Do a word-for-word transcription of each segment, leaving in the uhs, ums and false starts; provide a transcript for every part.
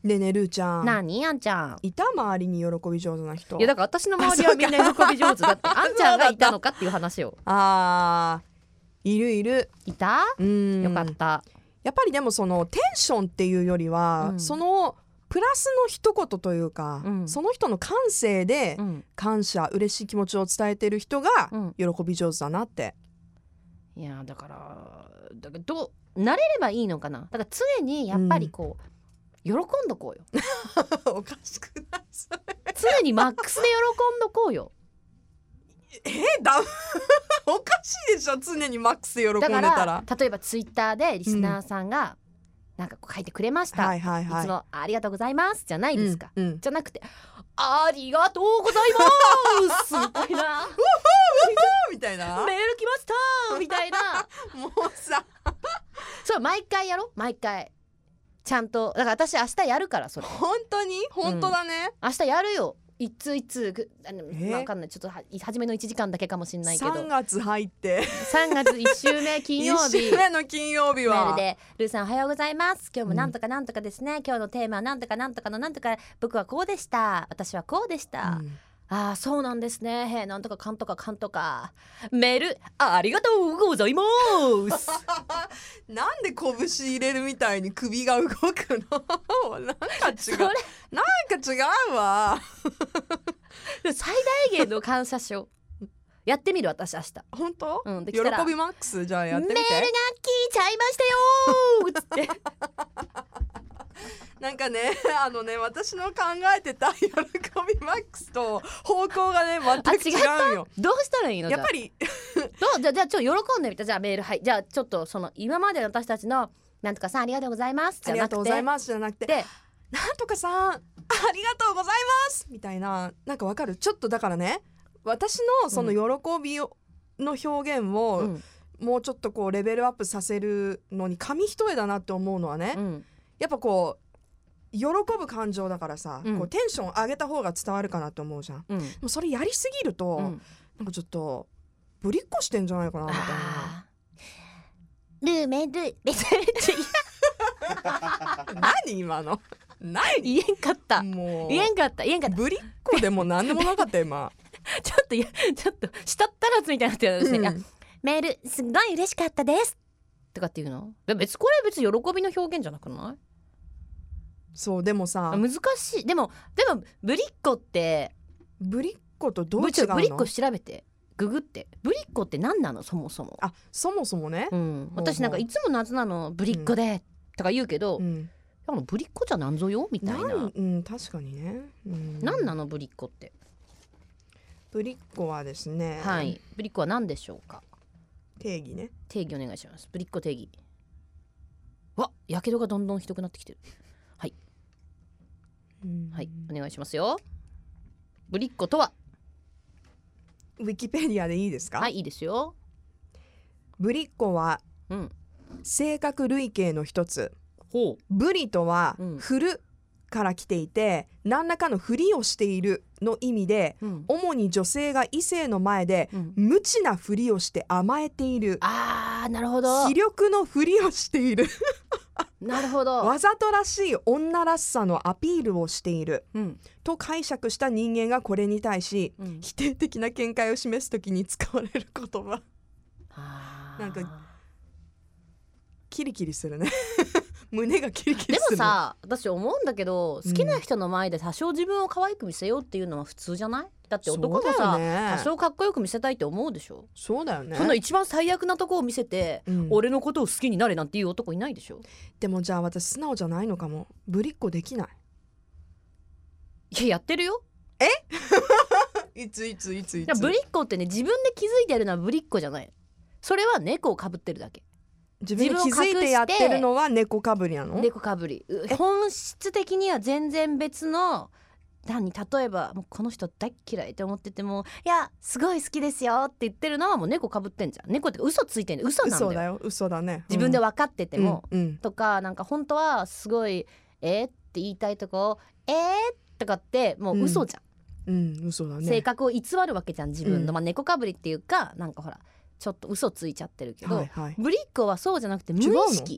でねるーちゃん、 何あんちゃん。 いた周りに喜び上手な人。 いやだから私の周りはみんな喜び上手だってあんちゃんがいたのかっていう話を。 あーいるいる。 いた？ うんよかった。 やっぱりでもそのテンションっていうよりは、うん、そのプラスの一言というか、うん、その人の感性で感謝、うん、嬉しい気持ちを伝えてる人が喜び上手だなって、 うん、いやだからだからどうなれればいいのかな。だから常にやっぱりこう、うん、喜んどこうよおかしくないそれ常にマックスで喜んどこうよ。 えー、だおかしいでしょ。常にマックスで喜んでたら。 だから例えばツイッターでリスナーさんが、うん、なんかこう書いてくれました、 はいはいはい、 いつもありがとうございますじゃないですか、 うんうん、 じゃなくてありがとうございますみたいなみたいなメール来ましたみたいなもうさそう毎回やろ毎回ちゃんと。だから私明日やるからそれ。 本当に本当だね、 うん、明日やるよ。一通一通あの、えー、分かんないちょっとは初めのいちじかんだけかもしれないけどさんがつ入ってさんがついっ週目金曜日いっ週目の金曜日はメールでルーさんおはようございます、今日もなんとかなんとかですね、うん、今日のテーマはなんとかなんとかのなんとか、僕はこうでした、私はこうでした、うん、ああそうなんですね、へなんとかかんとかかんとか、メールありがとうございますなんで拳入れるみたいに首が動くのなんか違うなんか違うわ最大限の感謝書やってみる私明日。 本当、 うん、で喜びマックスじゃあやってみて。 メールが聞いちゃいましたよつってなんかねあのね私の考えてた喜びマックスと方向がね全く違うよ。 どうしたらいいの？ やっぱりどうじゃあじゃあちょっと喜んでみた。じゃあメールはいじゃあちょっとその今までの私たちのなんとかさんありがとうございますじゃなくて、ありがとうございますじゃなくてでなんとかさんありがとうございますみたいな、なんかわかる。ちょっとだからね私のその喜びの表現を、うん、もうちょっとこうレベルアップさせるのに紙一重だなって思うのはね、うん、やっぱこう喜ぶ感情だからさ、うん、こうテンション上げた方が伝わるかなと思うじゃん、うん、でもそれやりすぎると、うん、なんかちょっとぶりっこしてんじゃないかなみたいな。 ルーメルルメル何今の何言えんかったもう言えんかった言えんかったぶりっこでも何でもなかった今ちょっといやちょっとしたったらずみたいになってるんですね、うん、メールすごい嬉しかったですとかっていうの別これ別に喜びの表現じゃなくない？ そうでもさ難しい。でもでもぶりっこってぶりっことどう違うの？ ぶりっこ調べてググってぶりっこって何なのそもそも。 あそもそもね、 うん、私なんかいつも夏なのぶりっこで、うん、とか言うけど、うん、ぶりっこじゃなんぞよみたいな、 うん、確かにね、うん、 何なのぶりっこって。 ぶりっこはですね、 はいぶりっこは何でしょうか。 定義ね。 定義お願いします。ぶりっこ定義。わやけどがどんどんひどくなってきてる。はいはいお願いしますよ。ぶりっ子とはウィキペディアでいいですか？ はいいいですよ。 ぶりっ子は、うん、性格類型の一つ。ほうぶりとは、うん、振るから来ていて何らかのふりをしているの意味で、うん、主に女性が異性の前で、うん、無知なふりをして甘えている。 あーなるほど。 気力のふりをしているなるほど。 わざとらしい女らしさのアピールをしている、うん、と解釈した人間がこれに対し、うん、否定的な見解を示すときに使われる言葉。なんかキリキリするね胸がキリキリする。 でもさ私思うんだけど好きな人の前で多少自分を可愛く見せようっていうのは普通じゃない？だって男もさ、ね、多少かっこよく見せたいって思うでしょ。 そうだよね。 そんな一番最悪なとこを見せて、うん、俺のことを好きになれなんていう男いないでしょ。 でもじゃあ私素直じゃないのかも。ぶりっこできない。 いややってるよ。 えいついついついつ。 ぶりっ子ってね自分で気づいてるのはぶりっ子じゃない。それは猫をかぶってるだけ。 自分で気づいてやってるのは猫かぶりなの？ 猫かぶり。本質的には全然別の何、例えばもうこの人大っ嫌いって思っててもいやすごい好きですよって言ってるのはもう猫かぶってんじゃん。猫って嘘ついてんの。嘘なんだよ。 嘘だよ嘘だね、 うん、自分で分かってても、 うんうん、 とかなんか本当はすごいえー、って言いたいとこえー、とかってもう嘘じゃん、 うんうん、嘘だね。 性格を偽るわけじゃん自分の、 うんまあ、猫かぶりっていうかなんかほらちょっと嘘ついちゃってるけど、 はいはい、 ぶりっ子はそうじゃなくて無意識。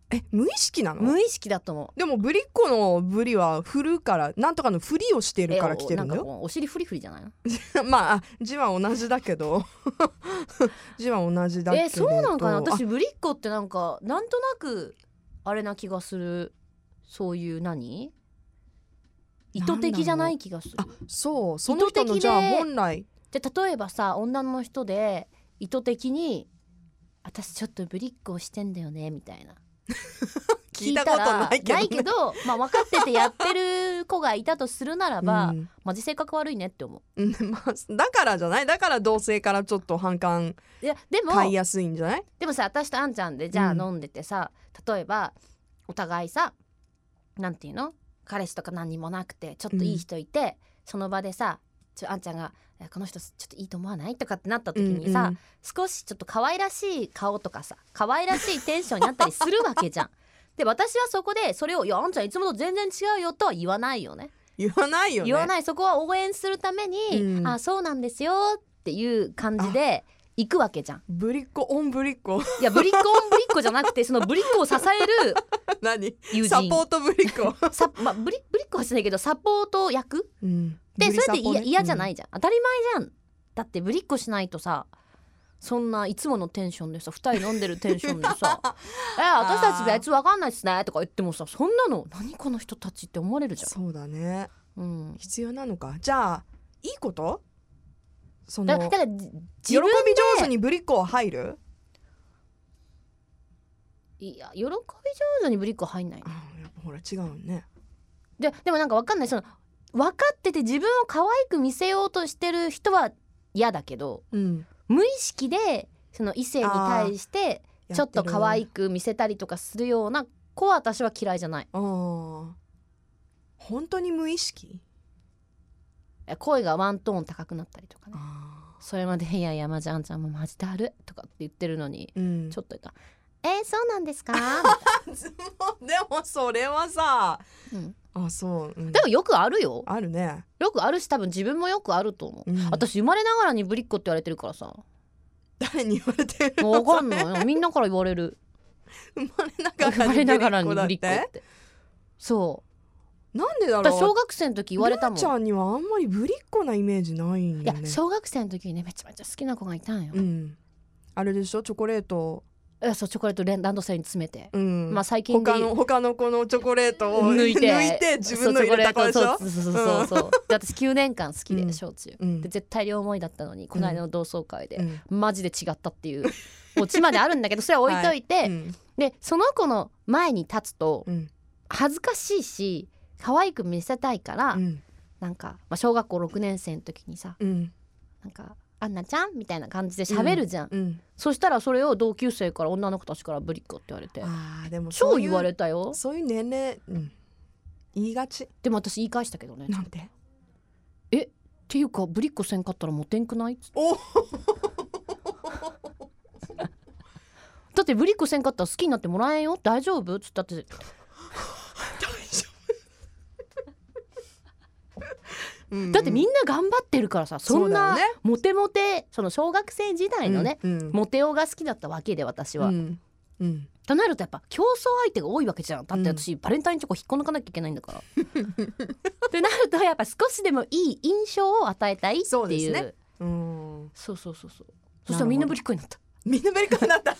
え無意識なの？ 無意識だと思う。 でもぶりっ子のぶりは振るからなんとかの振りをしてるから来てるんだよ。 なんかこうお尻フリフリじゃないのまあ字は同じだけど字は同じだけど。 えそうなんかな。私ぶりっ子ってなんかなんとなくあれな気がする。そういう何意図的じゃない気がする。 あそうその人のじゃあ本来じゃ例えばさ女の人で意図的に私ちょっとぶりっ子をしてんだよねみたいな聞いたことないけど、ね、 ないけど、まあ、分かっててやってる子がいたとするならば、 うん、 マジ性格悪いねって思う、 うんまあ、だからじゃないだから同性からちょっと反感いやでも買いやすいんじゃない？ でもさ私とあんちゃんでじゃあ飲んでてさ、うん、例えばお互いさなんていうの彼氏とか何にもなくてちょっといい人いて、うん、その場でさちょあんちゃんがこの人ちょっといいと思わないとかってなった時にさ、うんうん、少しちょっと可愛らしい顔とかさ可愛らしいテンションになったりするわけじゃんで私はそこでそれをいやあんちゃんいつもと全然違うよとは言わないよね。 言わないよね。 言わない。そこは応援するために、うん、あそうなんですよっていう感じで行くわけじゃん。 ぶりっ子オンぶりっ子いやぶりっ子オンぶりっ子じゃなくてそのぶりっ子を支える何友人サポートぶりっ子さ、まあ、ぶりぶりっ子はしないけどサポート役、うん、でそれって嫌じゃないじゃん、うん、当たり前じゃん。だってぶりっ子しないとさそんないつものテンションでさふたり飲んでるテンションでさえ私たち別に分かんないっすねとか言ってもさそんなの何この人たちって思われるじゃん。 そうだね、 うん、 必要なのか。じゃあいいことそのだだから喜び上手にぶりっ子は入る？ いや喜び上手にぶりっ子は入んない、ね、 あやっぱほら違うね。 ででもなんか分かんないその分かってて自分を可愛く見せようとしてる人は嫌だけど、うん、無意識でその異性に対してちょっと可愛く見せたりとかするような子は私は嫌いじゃない。 あ本当に無意識？ 声がワントーン高くなったりとかね。それまでいやいやまじあんちゃんもマジだるとかって言ってるのに、うん、ちょっと言ったらえー、そうなんですかでもそれはさ、 うん、 あそう、うん、 でもよくあるよ。 あるね。 よくあるし多分自分もよくあると思う、うん、私生まれながらにぶりっ子って言われてるからさ。 誰に言われてるの？ 分かんないみんなから言われる生まれながらにぶりっ子だって。 そうなんでだろう。 私小学生の時言われたもん。 ルーちゃんにはあんまりぶりっ子なイメージないんよね。 いや小学生の時にねめちゃめちゃ好きな子がいたんよ、うん、 あれでしょチョコレート。 そうチョコレートランドセルに詰めて、 うん、 まあ最近で他の他の子のチョコレートを抜いて抜いて自分の入れた子でしょ。 そうそうそうそうそう、うん、で私きゅうねんかん好きで、うん、小中、うん、で絶対両思いだったのにこの間の同窓会で、うん、マジで違ったっていうオチまであるんだけどそれは置いといて、はいうん、でその子の前に立つと恥ずかしいし可愛く見せたいから、うん、なんか、まあ、小学校ろくねん生の時にさ、うん、なんかアンナちゃんみたいな感じで喋るじゃん、うんうん、そしたらそれを同級生から女の子たちからぶりっ子って言われてあでも超言われたよ。 そういう年齢、うん、言いがち。 でも私言い返したけどね。 なんてえっていうかぶりっ子せんかったらモテんくない？ おだってぶりっ子せんかったら好きになってもらえんよ大丈夫？つったって大丈夫だってみんな頑張ってるからさそんなモテモテその小学生時代のね、うんうん、モテ男が好きだったわけで私は、うんうん、となるとやっぱ競争相手が多いわけじゃん。だって私、うん、バレンタインチョコ引っこ抜かなきゃいけないんだからってなるとやっぱ少しでもいい印象を与えたいっていう。そうですね、うん、そうそうそうそうそしたらみんなぶりっ子になった。 みんなぶりっ子になった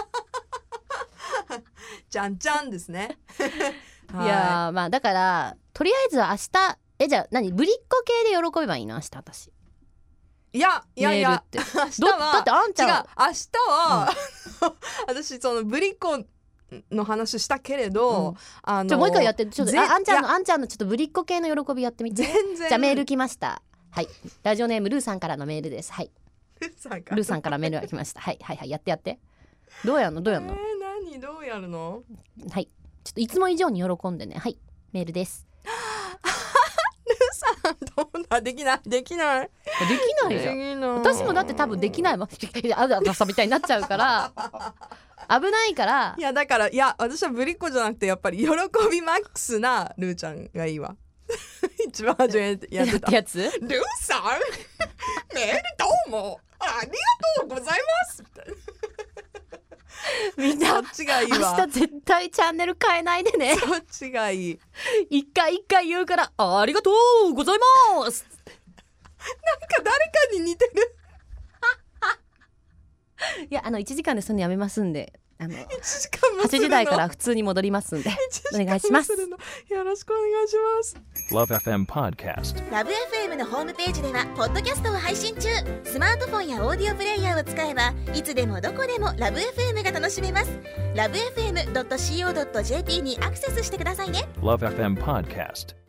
じゃんじゃんですねいやまあだからとりあえずは明日えじゃあ何ぶりっ子系で喜べばいいの明日私。 いやいやいや明日はだってあんちゃん違う明日は、うん、私そのぶりっ子の話したけれど、うん、あのちょもう一回やってちょっとああんちゃんのあんちゃんのちょっとぶりっ子系の喜びやってみて。 全然じゃあメール来ました。はいラジオネームルーさんからのメールです。はいルーさんからメールが来ました。はいはいはいやってやってどうやんのどうやんの、えー、 何どうやるの。 はいちょっといつも以上に喜んでね。はいメールですルーさんどうだできないできないできないじゃん。私もだって多分できないもんあださみたいになっちゃうから危ないから。 いやだからいや私はぶりっ子じゃなくてやっぱり喜びマックスなルーちゃんがいいわ一番初めやってたやつ。ルーさんメールどうもありがとうございますみたいなみんなそっちがいいわ。 明日絶対チャンネル変えないでね。 そっちがいい。 一回一回言うからありがとうございます。 なんか誰かに似てる。 いやあのいちじかんでそのやめますんで、あのいちじかんもするの。 はちじ台から普通に戻りますんでお願いします。 よろしくお願いします。 Love エフエム Podcast。 ラブ エフエム のホームページではポッドキャストを配信中。スマートフォンやオーディオプレイヤーを使えばいつでもどこでもラブ エフエム が楽しめます。 ラブエフエムドットシーオードットジェーピー にアクセスしてくださいね。 Love エフエム Podcast。